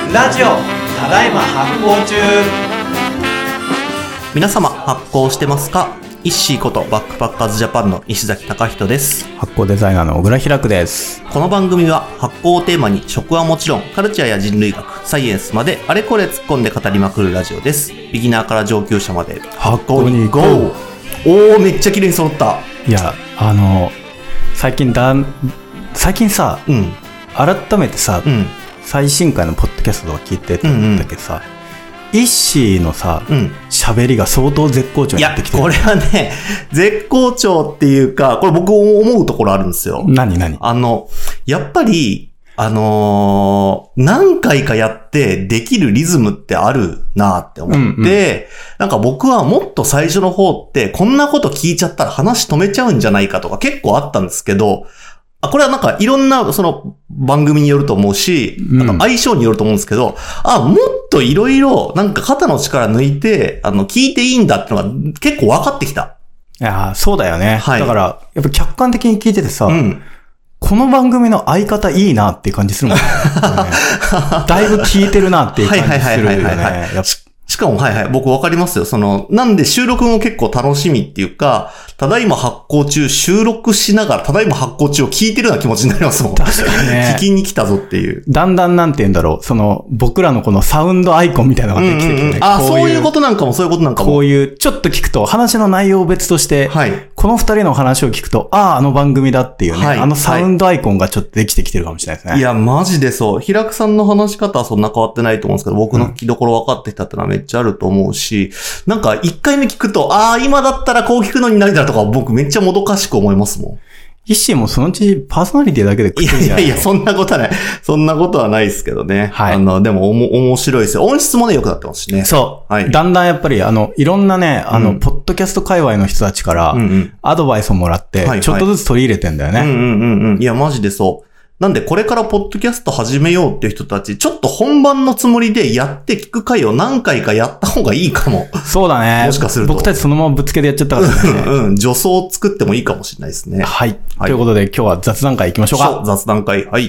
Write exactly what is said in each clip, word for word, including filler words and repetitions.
ラジオただいま発行中。 皆様発行してますか？イッシーことバックパッカーズジャパンの石崎隆人です。 発行デザイナーの小倉開です。 この番組は発行をテーマに食はもちろんカルチャーや人類学、サイエンスまであれこれ突っ込んで語りまくるラジオです。ビギナーから上級者まで発行にゴー。 おー、めっちゃ綺麗に揃った。 いや、あの最近だ最近さ、うん、改めてさ、うん、最新回のポッドキャストとか聞いてたんだけどさ、うんうんイッシーのさ、喋、うん、りが相当絶好調になってきてる。 いや、これはね、絶好調っていうか、これ僕思うところあるんですよ。 何何あの、やっぱり、あのー、何回かやってできるリズムってあるなって思って、うんうん、なんか僕はもっと最初の方って、こんなこと聞いちゃったら話止めちゃうんじゃないかとか結構あったんですけど、あ、これはなんかいろんなその番組によると思うし、うん、なんか相性によると思うんですけど、あ、もっといろいろなんか肩の力抜いて、あの、聞いていいんだってのが結構分かってきた。 いや、そうだよね。はい。だから、やっぱ客観的に聞いててさ、うん、この番組の相方いいなっていう感じするもんね。だいぶ聞いてるなっていう感じするよね。 しかも、はいはい、僕わかりますよ。その、なんで収録も結構楽しみっていうか、ただいま発行中、収録しながら、ただいま発行中を聞いてるような気持ちになりますもん。 確かにね。 聞きに来たぞっていう。 だんだんなんて言うんだろう、その、僕らのこのサウンドアイコンみたいなのができてくるね。うんうん、 あ、そういうことなんかも、そういうことなんかも。 こういう、ちょっと聞くと、話の内容を別として、はい、この二人の話を聞くと、ああ、あの番組だっていうね、はい、あのサウンドアイコンがちょっとできてきてるかもしれないですね。 いや、マジでそう。平久さんの話し方はそんな変わってないと思うんですけど、僕の聞きどころ分かってきたってのはめっちゃあると思うし、し、なんか一回目聞くと、ああ、今だったらこう聞くのになりだとか僕めっちゃもどかしく思いますもん。 イッシーもそのうちパーソナリティだけで食ってるじゃない。 いやいやいや、そんなことはない。そんなことはないですけどね。はい。あの、でもおも、面白いですよ。音質もね、良くなってますしね。 そう。はい。だんだんやっぱり、あの、いろんなね、あの、うん、ポッドキャスト界隈の人たちから、アドバイスをもらって、ちょっとずつ取り入れてんだよね。 うんうんうんうん。いや、マジでそう。なんでこれからポッドキャスト始めようっていう人たち、ちょっと本番のつもりでやって聞く回を何回かやった方がいいかも。 そうだね。 もしかすると。 僕たちそのままぶつけでやっちゃったからね。 うん、助走を作ってもいいかもしれないですね。 はい。はい、ということで今日は雑談会行きましょうか。 雑談会、はい。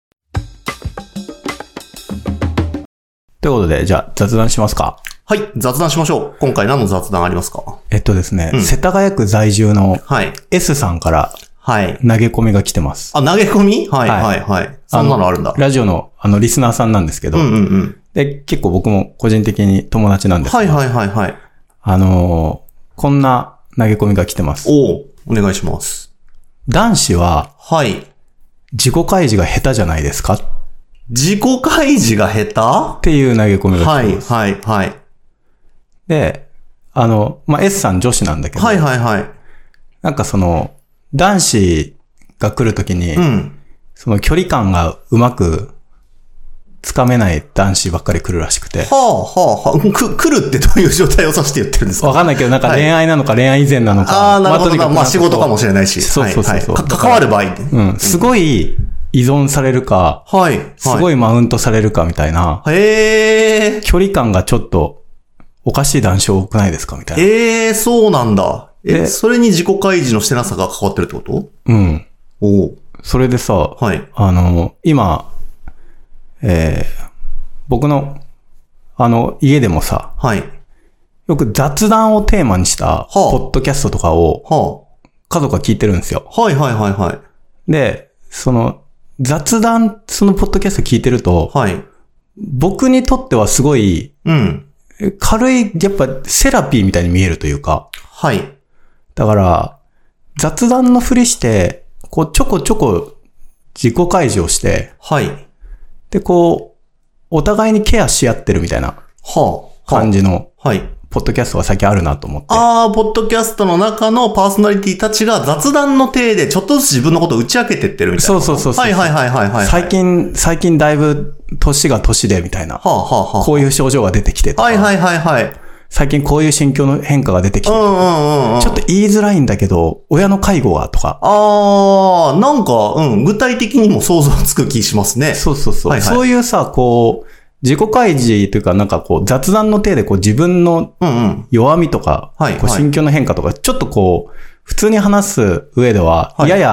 ということで、じゃあ雑談しますか。 はい、雑談しましょう。今回何の雑談ありますか？ えっとですね、うん、世田谷区在住の S さんから、はい。投げ込みが来てます。 あ、投げ込み？はい、はい、はい、はい。そんなのあるんだ。 ラジオの、あの、リスナーさんなんですけど。うんうんうん。で、結構僕も個人的に友達なんですけど。 はい、はい、はい、はい。 あのー、こんな投げ込みが来てます。 おう、お願いします。 男子は、 はい。 自己開示が下手じゃないですか？ 自己開示が下手？ っていう投げ込みが来てます。 はい、はい、はい。 で、あの、まあ、S さん女子なんだけど。 はい、はい、はい。 なんかその、男子が来るときに、うん、その距離感がうまくつかめない男子ばっかり来るらしくて。 はあはあはあ。く、来るってどういう状態を指して言ってるんですか？ わかんないけど、なんか恋愛なのか恋愛以前なのか。 ああ、なるほど。まあ、まあ仕事かもしれないし。 そうそうそうそう、 はいはい、関わる場合、 うん。すごい依存されるか、はい。すごいマウントされるかみたいな。 へえ。 距離感がちょっとおかしい男子多くないですかみたいな。 ええー、そうなんだ。え、それに自己開示のしてなさが関わってるってこと？ うん。おう。それでさ、はい。あの、今、えー、僕の、あの、家でもさ、はい。よく雑談をテーマにした、ポッドキャストとかを、はあ、家族が聞いてるんですよ。 はいはいはいはい。 で、その、雑談、そのポッドキャスト聞いてると、はい。僕にとってはすごい、うん。軽い、やっぱセラピーみたいに見えるというか、はい。だから、雑談のふりして、こう、ちょこちょこ自己開示をして、はい。で、こう、お互いにケアし合ってるみたいな、はあ、感じの、はい。ポッドキャストが最近あるなと思って。 ああ、ポッドキャストの中のパーソナリティたちが雑談の体でちょっとずつ自分のことを打ち明けてってるみたいな。 そうそうそうそう。 はいはいはいはいはい。 最近、最近だいぶ年が年でみたいな。はあはあはあ。こういう症状が出てきてとか。 はいはいはいはい。 最近こういう心境の変化が出てきて、うんうんうん、ちょっと言いづらいんだけど、親の介護はとか。 ああ、なんか、うん、具体的にも想像つく気しますね。 そうそうそう。はいはい、そういうさ、こう、自己開示というか、なんかこう、雑談の体でこう自分の弱みとか、うんうん、こう心境の変化とか、ちょっとこう、普通に話す上では、やや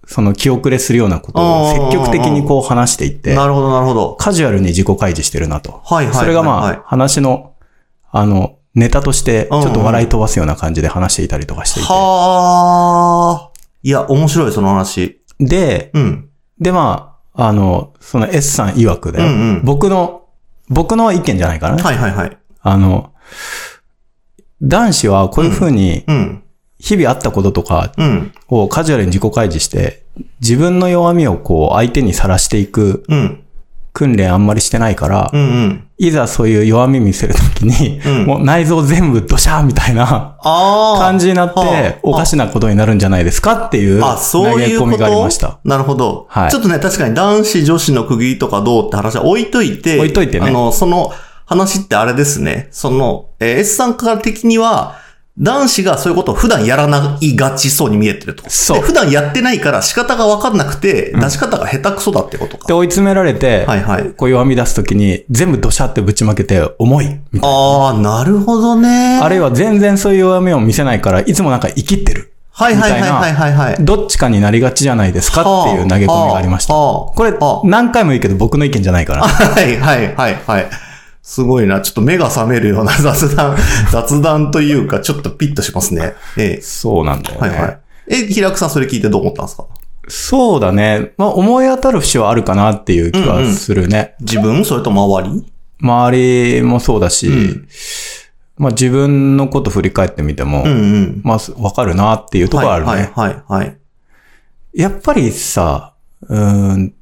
その気遅れするようなことを積極的にこう話していって。 なるほど、なるほど。 カジュアルに自己開示してるなと。 はいはいはい、はい。 それがまあ、話の、あの、ネタとして、ちょっと笑い飛ばすような感じで話していたりとかしていて。 はあ。いや、面白い、その話。 で、うん。で、まあ、あの、その S さん曰くで、うんうん、僕の、僕の意見じゃないかなね。 はいはいはい。 あの、男子はこういうふうに、うん、うん日々あったこととかをカジュアルに自己開示して、自分の弱みをこう相手にさらしていく訓練あんまりしてないから、うんうん、いざそういう弱み見せるときに、うん、もう内臓全部ドシャーみたいな感じになっておかしなことになるんじゃないですかっていう投げ込みがありました。 なるほど、はい。ちょっとね、確かに男子女子の区切りとかどうって話は置いといて、 置いといてね。 あの、その話ってあれですね。その、えー、S さんから的には、男子がそういうことを普段やらないがちそうに見えてると。そう。で普段やってないから仕方がわかんなくて、出し方が下手くそだってことか。 で、追い詰められて、はいはい。こう弱み出すときに、全部ドシャってぶちまけて、重いみたいな。 ああ、なるほどね。 あるいは全然そういう弱みを見せないから、いつもなんか生きってる。 はいはいはいはいはい、はい。 どっちかになりがちじゃないですかっていう投げ込みがありました。これ、何回も言うけど僕の意見じゃないから。 はいはいはいはい。すごいな。ちょっと目が覚めるような雑談、雑談というか、ちょっとピッとしますね。ええ。 そうなんだよね。はいはい。 え、平久さんそれ聞いてどう思ったんですか？ そうだね。まあ、思い当たる節はあるかなっていう気はするね。 うんうん、自分それと周り？ 周りもそうだし、うん、まあ自分のこと振り返ってみても、うんうん、まあわかるなっていうところはあるね。 はいはいはい、はい。 やっぱりさ、うーん、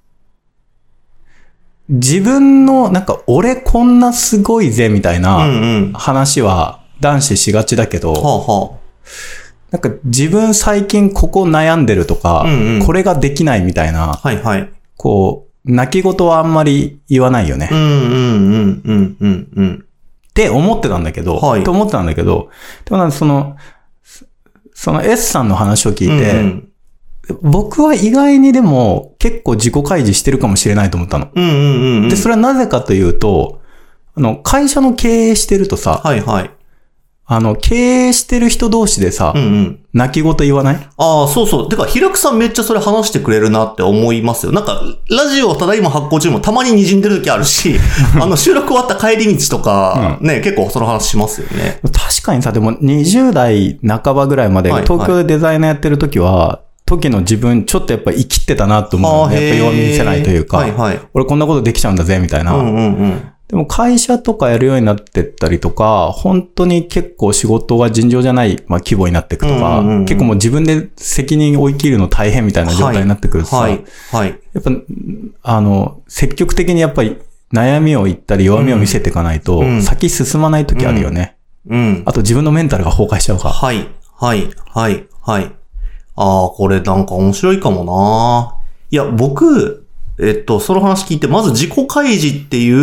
自分の、なんか、俺こんなすごいぜ、みたいな話は男子しがちだけど、うんうん、なんか自分最近ここ悩んでるとか、うんうん、これができないみたいな、はいはい、こう、泣き言はあんまり言わないよね。うんうんうんうんうんうん。って思ってたんだけど、はい、と思ってたんだけど、でもなんかその、その S さんの話を聞いて、うんうん僕は意外にでも結構自己開示してるかもしれないと思ったの。うんうんうんうん、で、それはなぜかというと、あの、会社の経営してるとさ、はいはい。あの、経営してる人同士でさ、うんうん、泣き言言わない？ ああ、そうそう。てか、平久さんめっちゃそれ話してくれるなって思いますよ。なんか、ラジオただいま発行中もたまに滲んでる時あるし、あの、収録終わった帰り道とか、ね、うん、結構その話しますよね。 確かにさ、でもにじゅう代半ばぐらいまで東京でデザイナーやってる時は、はいはい時の自分、ちょっとやっぱ生きってたなと思うね。やっぱ弱み見せないというか、はいはい、俺こんなことできちゃうんだぜ、みたいな、うんうんうん。でも会社とかやるようになってったりとか、本当に結構仕事が尋常じゃない、まあ、規模になっていくとか、うんうんうん、結構もう自分で責任を追い切るの大変みたいな状態になってくるとさ、はいはい、やっぱ、あの、積極的にやっぱり悩みを言ったり弱みを見せていかないと、うん、先進まない時あるよね、うんうん。あと自分のメンタルが崩壊しちゃうから。 はい、はい、はい、はい。ああ、これなんか面白いかもな。いや、僕、えっと、その話聞いて、まず自己開示っていう、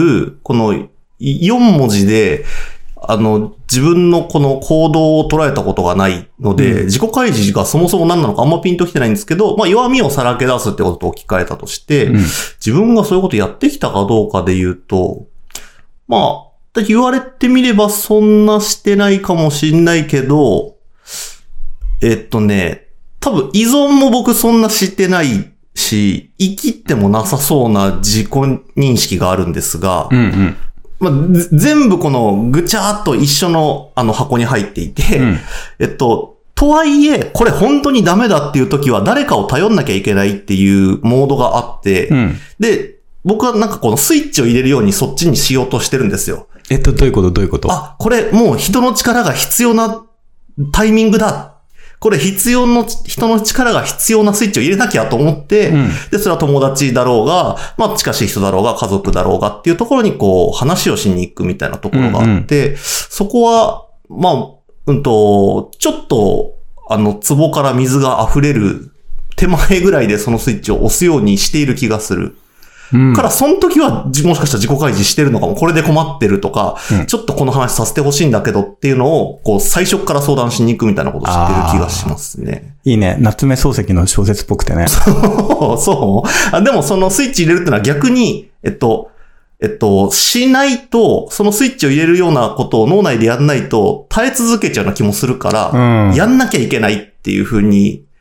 このよん文字で、あの、自分のこの行動を捉えたことがないので、うん、自己開示がそもそも何なのかあんまピンときてないんですけど、まあ弱みをさらけ出すってことを置き換えたとして、うん、自分がそういうことやってきたかどうかで言うと、まあ、言われてみればそんなしてないかもしんないけど、えっとね、多分依存も僕そんなしてないし、生きってもなさそうな自己認識があるんですが、うんうんまあ、全部このぐちゃーっと一緒のあの箱に入っていて、うん、えっと、とはいえ、これ本当にダメだっていう時は誰かを頼んなきゃいけないっていうモードがあって、うん、で、僕はなんかこのスイッチを入れるようにそっちにしようとしてるんですよ。 えっと、どういうことどういうことあ、これもう人の力が必要なタイミングだ。これ必要の、人の力が必要なスイッチを入れなきゃと思って、うん、で、それは友達だろうが、まあ近しい人だろうが、家族だろうがっていうところにこう、話をしに行くみたいなところがあって、うんうん、そこは、まあ、うんと、ちょっと、あの、壺から水が溢れる手前ぐらいでそのスイッチを押すようにしている気がする。うん、から、その時は、もしかしたら自己開示してるのかも、これで困ってるとか、うん、ちょっとこの話させてほしいんだけどっていうのを、こう、最初から相談しに行くみたいなことをしてる気がしますね。 いいね。夏目漱石の小説っぽくてね。 そう、そうあ。でもそのスイッチ入れるってのは逆に、えっと、えっと、しないと、そのスイッチを入れるようなことを脳内でやんないと、耐え続けちゃうような気もするから、うん、やんなきゃいけないっていう風に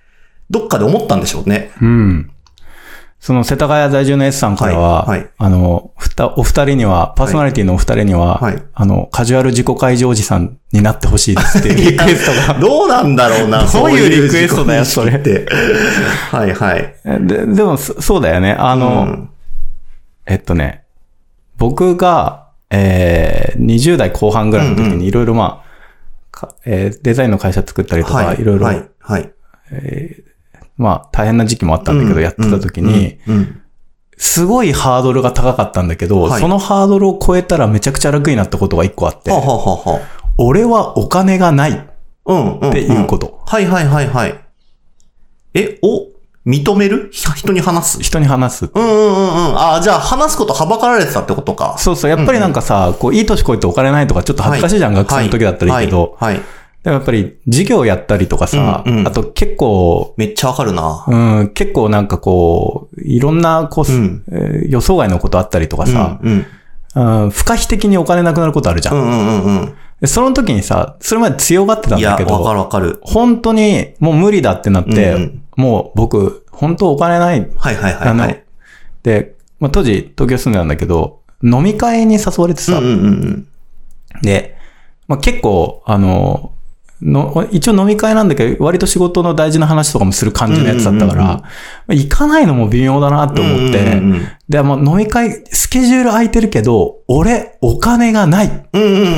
どっかで思ったんでしょうね。 うん。その世田谷在住の S さんからは、はいはい、あの、ふた、お二人には、パーソナリティのお二人には、はいはい、あの、カジュアル自己開示おじさんになってほしいですっていうリクエストが。 どうなんだろうな、 どういうリクエストだよ、それ。って。 はいはい。 で、でもそ、そうだよね。あの、うん、えっとね、僕が、えー、にじゅう代後半ぐらいの時にいろいろまあ、えー、デザインの会社作ったりとか、いろいろ、はいはい、えーまあ、大変な時期もあったんだけど、うん、やってた時に、うんうん、すごいハードルが高かったんだけど、はい、そのハードルを超えたらめちゃくちゃ楽になったことが一個あって、はははは俺はお金がないっていうこと、うんうんうん。 はいはいはいはい。え、お、認める人に話す人に話す。 うんうんうんうん。ああ、じゃあ話すことはばかられてたってことか。 そうそう。やっぱりなんかさ、うんうん、こう、いい年こいてお金ないとかちょっと恥ずかしいじゃん、はい、学生の時だったらいいけど。はい。はいはいでもやっぱり授業やったりとかさ、うんうん、あと結構、 めっちゃわかるな。 うん、結構なんかこう、いろんなこう、うんえー、予想外のことあったりとかさ、うんうんうん、不可避的にお金なくなることあるじゃん。うんうんうんうん、その時にさ、それまで強がってたんだけど、 いや、わかるわかる。 本当にもう無理だってなって、うんうん、もう僕、本当お金ない。 はいはいはい、はい。 で、まあ、当時東京住んでたんだけど、飲み会に誘われてさ、うんうんうん、で、まあ、結構、あの、の一応飲み会なんだけど、割と仕事の大事な話とかもする感じのやつだったから、うんうんうんうん、行かないのも微妙だなって思って、うんうんうん、で、もう飲み会、スケジュール空いてるけど、俺、お金がない。うんうんうんうん、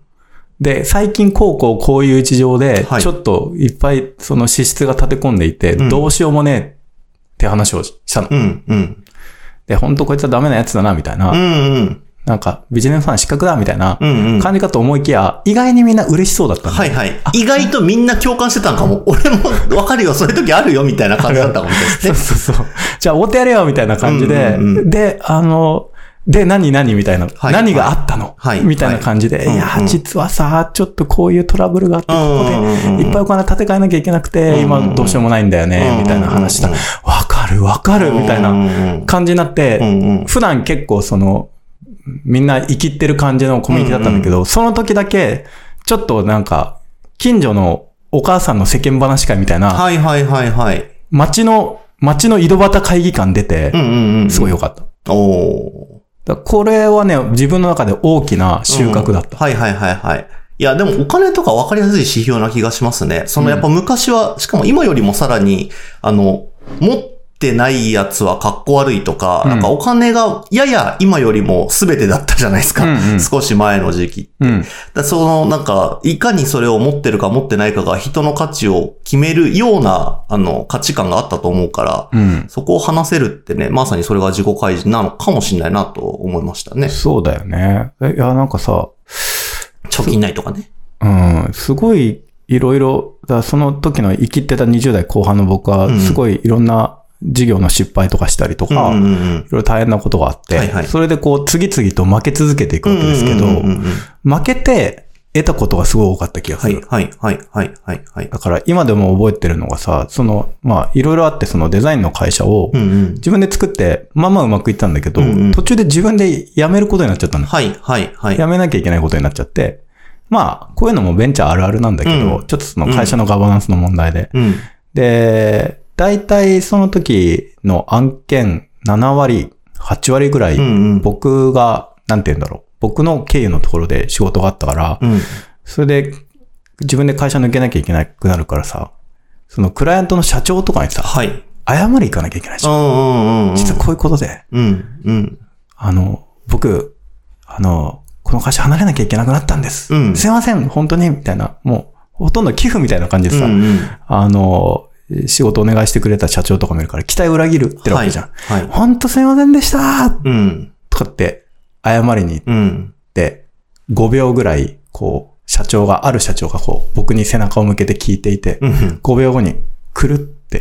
で、最近こうこうこういう事情で、ちょっといっぱいその支出が立て込んでいて、はい、どうしようもねえって話をしたの。うんうん、で、本当こいつはダメなやつだな、みたいな。うんうんなんか、ビジネスファン失格だみたいな感じかと思いきや、意外にみんな嬉しそうだったんだ、 はいはい。意外とみんな共感してたのかも。俺もわかるよ、そういう時あるよ、みたいな感じだったかもですね。 そうそうそう。じゃあ、お手やれよ、みたいな感じで、うんうんうん、で、あの、で、何何みたいな、はい、何があったの、はい、みたいな感じで、はい、いや、実はさ、ちょっとこういうトラブルがあって、ここでいっぱいお金立て替えなきゃいけなくて、今どうしようもないんだよね、みたいな話した。わかるわかる、みたいな感じになって、普段結構その、みんな生きってる感じのコミュニティだったんだけど、うんうん、その時だけ、ちょっとなんか、近所のお母さんの世間話会みたいな、 はいはいはいはい。 街の、街の井戸端会議館出て、うんうんうん、すごい良かった。おだこれはね、自分の中で大きな収穫だった。 うん、はいはいはいはい。いや、でもお金とか分かりやすい指標な気がしますね。そのやっぱ昔は、うん、しかも今よりもさらに、あの、もっってないやつは格好悪いとか、うん、なんかお金がやや今よりも全てだったじゃないですか。うんうん、少し前の時期って。うん、だそのなんか、いかにそれを持ってるか持ってないかが人の価値を決めるような、あの、価値観があったと思うから、うん、そこを話せるってね、まさにそれが自己開示なのかもしれないなと思いましたね。 そうだよね。いや、なんかさ、 貯金ないとかね。 うん、すごいいろいろ、だその時の生きてたにじゅう代後半の僕は、すごいいろんな、事業の失敗とかしたりとか、うんうんうん、いろいろ大変なことがあって、はいはい、それでこう次々と負け続けていくわけですけど、うんうんうんうん、負けて得たことがすごい多かった気がする。 はい、はい、はい、はい、はい。 だから今でも覚えてるのがさ、その、まあいろいろあってそのデザインの会社を自分で作って、まあまあうまくいったんだけど、うんうん、途中で自分で辞めることになっちゃったの。 はい、はい、はい。 辞めなきゃいけないことになっちゃって、まあこういうのもベンチャーあるあるなんだけど、うん、ちょっとその会社のガバナンスの問題で。うん、で、大体その時の案件なな割、はち割ぐらい、僕が、なんて言うんだろう。僕の経由のところで仕事があったから、うん、それで自分で会社抜けなきゃいけなくなるからさ、そのクライアントの社長とかにさ、はい、謝り行かなきゃいけないじゃん。うんうんうん、実はこういうことで、うんうん、あの、僕、あの、この会社離れなきゃいけなくなったんです。うん、すいません、本当に、みたいな、もう、ほとんど寄付みたいな感じでさ、うんうん、あの、仕事お願いしてくれた社長とかもいるから、期待を裏切るってわけじゃん。はい。はい、ほんとすいませんでしたー、うん、とかって謝りに行って、うん、ごびょうぐらい、こう、社長が、ある社長がこう、僕に背中を向けて聞いていて、うん、ごびょうごに、くるって、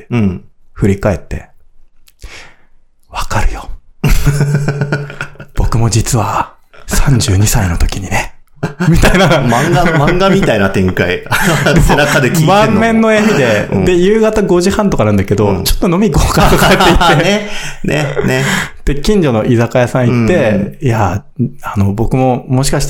振り返って、わかるよ。僕も実は、さんじゅうにさいの時にね、みたいな。 漫画、漫画みたいな展開。背中で聞いてるの。 満面の笑みで、うん、で、夕方ごじはんとかなんだけど、うん、ちょっと飲み行こうかとかって言って。 ね、ね、ね。 で、近所の居酒屋さん行って、うん、いや、あの、僕ももしかしたら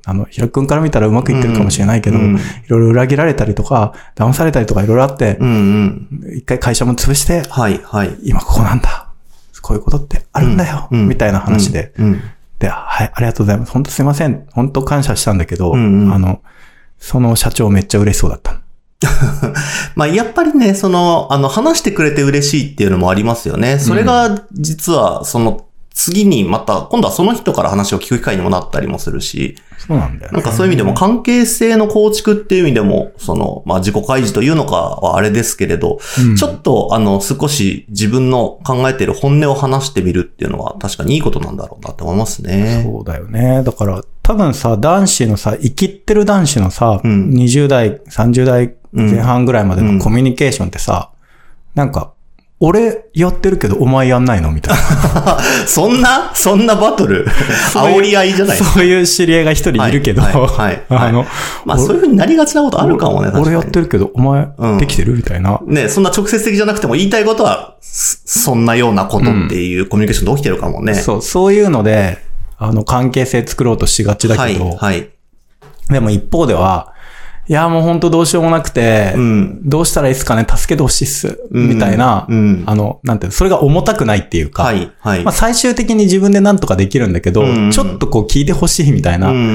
あの、平くんから見たらうまくいってるかもしれないけど、うん、いろいろ裏切られたりとか、騙されたりとかいろいろあって、うんうん、一回会社も潰して、はいはい、今ここなんだ。こういうことってあるんだよ、うん、みたいな話で、うんうん、で、はい、ありがとうございます。本当すいません。本当感謝したんだけど、うんうん、あの、その社長めっちゃ嬉しそうだった。 まあ、やっぱりね、その、あの、話してくれて嬉しいっていうのもありますよね。それが、実は、その、次にまた、今度はその人から話を聞く機会にもなったりもするし。 そうなんだよね。 なんかそういう意味でも関係性の構築っていう意味でも、その、まあ自己開示というのかはあれですけれど、うん、ちょっとあの、少し自分の考えている本音を話してみるっていうのは確かにいいことなんだろうなって思いますね。 そうだよね。だから多分さ、男子のさ、生きってる男子のさ、うん、にじゅう代、さんじゅう代前半ぐらいまでのコミュニケーションってさ、うん、なんか、俺やってるけどお前やんないのみたいな。 そんなそんなバトル煽り合いじゃないそういう知り合いが一人いるけど。はい、はいはい、 あの、まあそういう風になりがちなことあるかもね、 確かに。俺やってるけどお前できてるみたいな。 ね、そんな直接的じゃなくても言いたいことは、そんなようなことっていうコミュニケーションで起きてるかもね。うん、 そう、そういうので、あの、関係性作ろうとしがちだけど。はい、はい。でも一方では、いや、もう本当どうしようもなくて、うん、どうしたらいいですかね、助けてほしいっす、うん、みたいな、うん、あの、なんていうの、それが重たくないっていうか、はい、はい。まあ最終的に自分でなんとかできるんだけど、うん、ちょっとこう聞いてほしいみたいな、うん、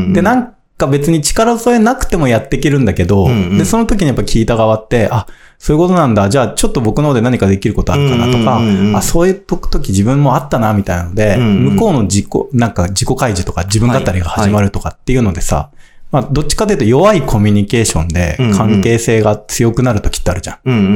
で、なんか別に力添えなくてもやっていけるんだけど、うん、で、その時にやっぱ聞いた側って、あ、そういうことなんだ、じゃあちょっと僕の方で何かできることあるかなとか、うん、あ、そういう時自分もあったな、みたいなので、うん、向こうの自己、なんか自己開示とか自分語りが始まるとかっていうのでさ、はいはい、まあ、どっちかというと弱いコミュニケーションで関係性が強くなるときってあるじゃん。うんうんうんうん、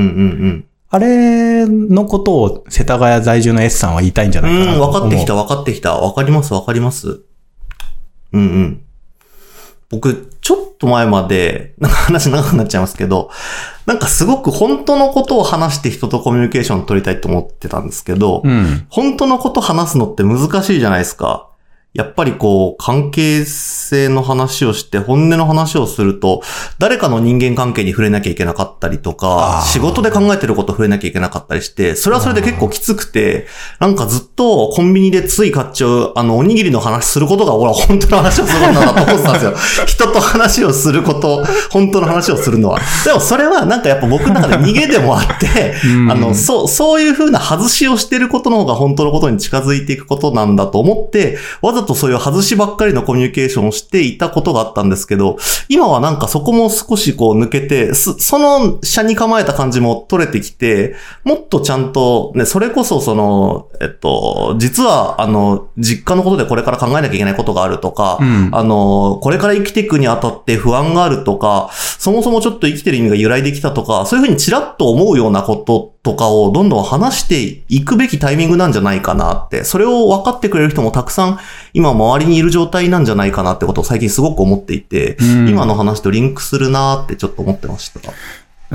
あれのことを世田谷在住の S さんは言いたいんじゃないかなと思う。 うん、分かってきた分かってきた。分かります分かります。うんうん。僕、ちょっと前まで、なんか話長くなっちゃいますけど、なんかすごく本当のことを話して人とコミュニケーション取りたいと思ってたんですけど、うん、本当のこと話すのって難しいじゃないですか。やっぱりこう、関係性の話をして、本音の話をすると、誰かの人間関係に触れなきゃいけなかったりとか、仕事で考えてること触れなきゃいけなかったりして、それはそれで結構きつくて、なんかずっとコンビニでつい買っちゃう、あの、おにぎりの話することが、俺は本当の話をすることなんだと思ってたんですよ。人と話をすること、本当の話をするのは。でもそれはなんかやっぱ僕の中で逃げでもあって、あの、そう、そういう風な外しをしてることの方が本当のことに近づいていくことなんだと思って、わざとそういう外しばっかりのコミュニケーションをしていたことがあったんですけど、今はなんかそこも少しこう抜けて、その車に構えた感じも取れてきて、もっとちゃんとね、それこそその、えっと、実はあの、実家のことでこれから考えなきゃいけないことがあるとか、うん、あの、これから生きていくにあたって不安があるとか、そもそもちょっと生きてる意味が揺らいできたとか、そういうふうにちらっと思うようなこととかをどんどん話していくべきタイミングなんじゃないかなって、それを分かってくれる人もたくさん今周りにいる状態なんじゃないかなってことを最近すごく思っていて、うん、今の話とリンクするなーってちょっと思ってました。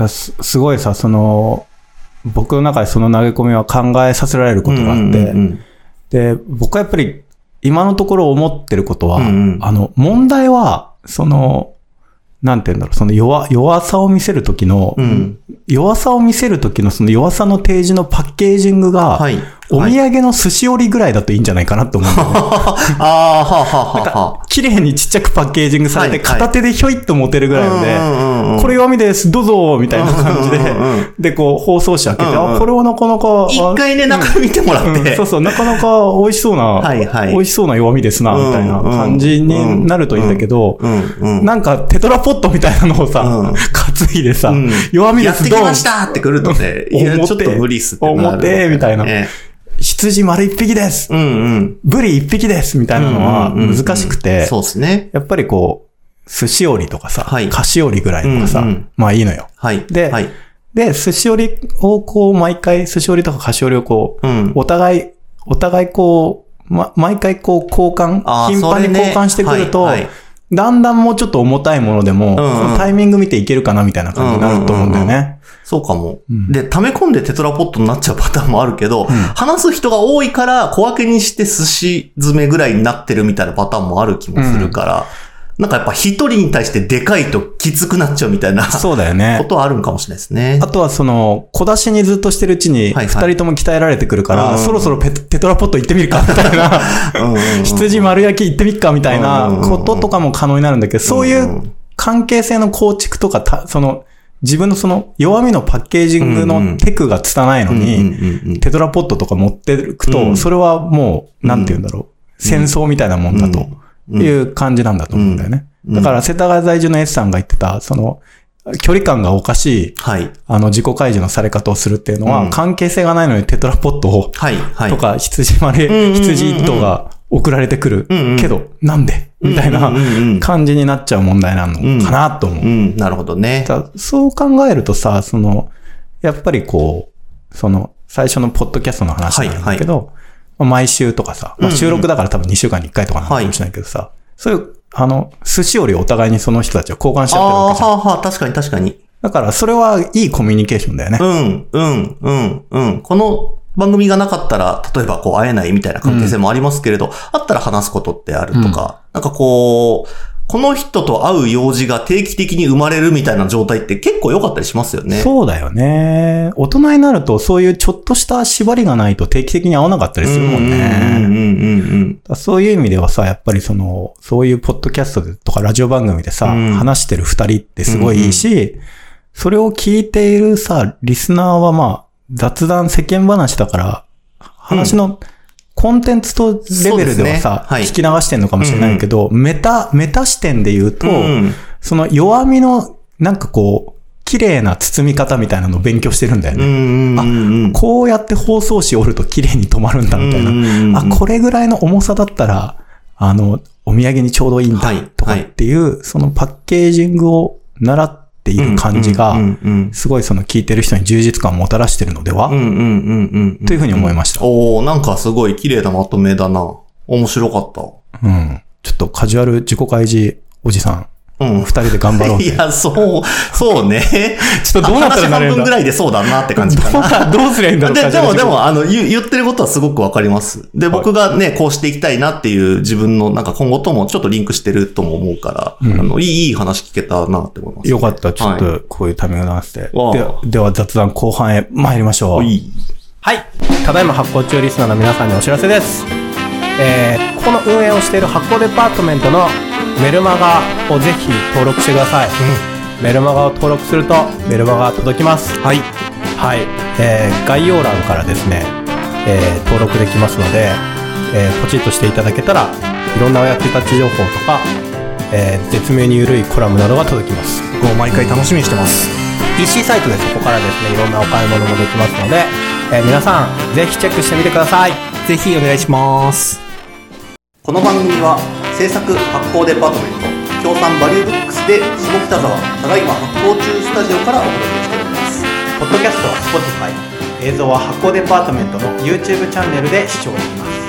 す, すごいさ、その、僕の中でその投げ込みは考えさせられることがあって、うんうんうん、で、僕はやっぱり今のところ思ってることは、うんうん、あの、問題は、その、なんて言うんだろう、その弱、弱さを見せるときの、うん、弱さを見せるときのその弱さの提示のパッケージングが、はい、お土産の寿司折りぐらいだといいんじゃないかなと思うんだよね。ああ、はははは。綺麗にちっちゃくパッケージングされて、片手でひょいっと持てるぐらいので、これ弱みです、どうぞみたいな感じで、で、こう、包装紙開けて、あ、これはなかなか、 一回ね、中見てもらって、 そうそう、なかなか美味しそうな、はいはい、美味しそうな弱みですな、みたいな感じになるといいんだけど、なんか、テトラポットみたいなのをさ、担いでさ、弱みです、 どうやってきましたってくるとね、いや、ちょっと無理っすってなる。 表、みたいな。羊丸一匹です、うんうん、ブリ一匹ですみたいなのは難しくて、うんうんうん、 そうですね。 やっぱりこう、寿司折りとかさ、はい、菓子折りぐらいとかさ、うんうん、まあいいのよ。はい。で、はい、で、寿司折りをこう、毎回、寿司折りとか菓子折りをこう、うん、お互い、お互いこう、ま、毎回こう交換、頻繁に交換してくると、はいはい、だんだんもうちょっと重たいものでも、うんうん、タイミング見ていけるかなみたいな感じになると思うんだよね。うんうんうん、 そうかも、うん。で、溜め込んでテトラポットになっちゃうパターンもあるけど、うん、話す人が多いから小分けにして寿司詰めぐらいになってるみたいなパターンもある気もするから。 なんかやっぱ一人に対してでかいときつくなっちゃうみたいな。 そうだよね。 ことはあるんかもしれないですね。 あとはその、小出しにずっとしてるうちに、二人とも鍛えられてくるから、はいはい、そろそろペテトラポット行ってみるかみたいな。羊丸焼き行ってみっかみたいなこととかも可能になるんだけど、そういう関係性の構築とか、たその、自分のその弱みのパッケージングのテクが拙いのに、テトラポットとか持っていくと、それはもう、なんて言うんだろう、戦争みたいなもんだという感じなんだと思うんだよね。だから、世田谷在住の S さんが言ってた、その、距離感がおかしい、はい、あの、自己開示のされ方をするっていうのは、うん、関係性がないのにテトラポットを、はい、はい、とか、羊丸、羊一頭が送られてくる、うんうん、けど、なんでみたいな感じになっちゃう問題なのかなと思う。 うんうん、なるほどね。 そう考えるとさ、その、やっぱりこう、その、最初のポッドキャストの話なんだけど、はいはい、毎週とかさ、まあ、収録だから多分にしゅうかんにいっかいとかなのかもしれないけどさ、はい、そういう、あの、寿司よりお互いにその人たちは交換しちゃってるわけじゃん。 ああ、はあ、はあ、確かに確かに。 だから、それはいいコミュニケーションだよね。 うん、うん、うん、うん。この番組がなかったら、例えばこう会えないみたいな関係性もありますけれど、うん、あったら話すことってあるとか、うん、なんかこう、この人と会う用事が定期的に生まれるみたいな状態って結構良かったりしますよね。 そうだよね。大人になるとそういうちょっとした縛りがないと定期的に会わなかったりするもんね。そういう意味ではさ、やっぱりその、そういうポッドキャストとかラジオ番組でさ、うん、話してる二人ってすごいいいし、うんうん、それを聞いているさ、リスナーはまあ、雑談世間話だから、話の、うんコンテンツとレベルではさ、ねはい、聞き流してんのかもしれないけど、うんうん、メタ、メタ視点で言うと、うん、その弱みの、なんかこう、綺麗な包み方みたいなのを勉強してるんだよね。うんうんうん、あ、こうやって包装紙折ると綺麗に止まるんだみたいな、うんうんうん。あ、これぐらいの重さだったら、あの、お土産にちょうどいいんだとかっていう、はいはい、そのパッケージングを習って、いる感じが、すごいその聞いてる人に充実感をもたらしてるのではというふうに思いました。 おー、なんかすごい綺麗なまとめだな。面白かった。 うん。ちょっとカジュアル自己開示おじさん。うん。二人で頑張ろう、ね。 いや、そう、そうね。 ちょっとどうなったらなれるんだ。 話半分ぐらいでそうだなって感じかな。 どうすりゃいいんだろうで、でも、でも、あの言、言ってることはすごくわかります。で、僕がね、こうしていきたいなっていう自分のなんか今後ともちょっとリンクしてるとも思うから、うん、あの、いい、いい話聞けたなって思います、ね。 よかった。ちょっとこういうタイミングなんで。で、では雑談後半へ参りましょう。いいはい。ただいま発行中リスナーの皆さんにお知らせです。えー、ここの運営をしている発行デパートメントのメルマガをぜひ登録してください、うん、メルマガを登録するとメルマガが届きます。はい、はい、えー、概要欄からですね、えー、登録できますので、えー、ポチッとしていただけたらいろんなお役立ち情報とか、えー、絶妙に緩いコラムなどが届きます。 もう毎回楽しみにしてます。 ピーシー サイトでそこからですねいろんなお買い物もできますので、えー、皆さんぜひチェックしてみてください。 ぜひお願いします。この番組は制作発行デパートメント協賛バリューブックスで下北沢ただいま発行中スタジオからお届けしております。 ポッドキャストは Spotify、映像は発行デパートメントの YouTube チャンネルで視聴できます。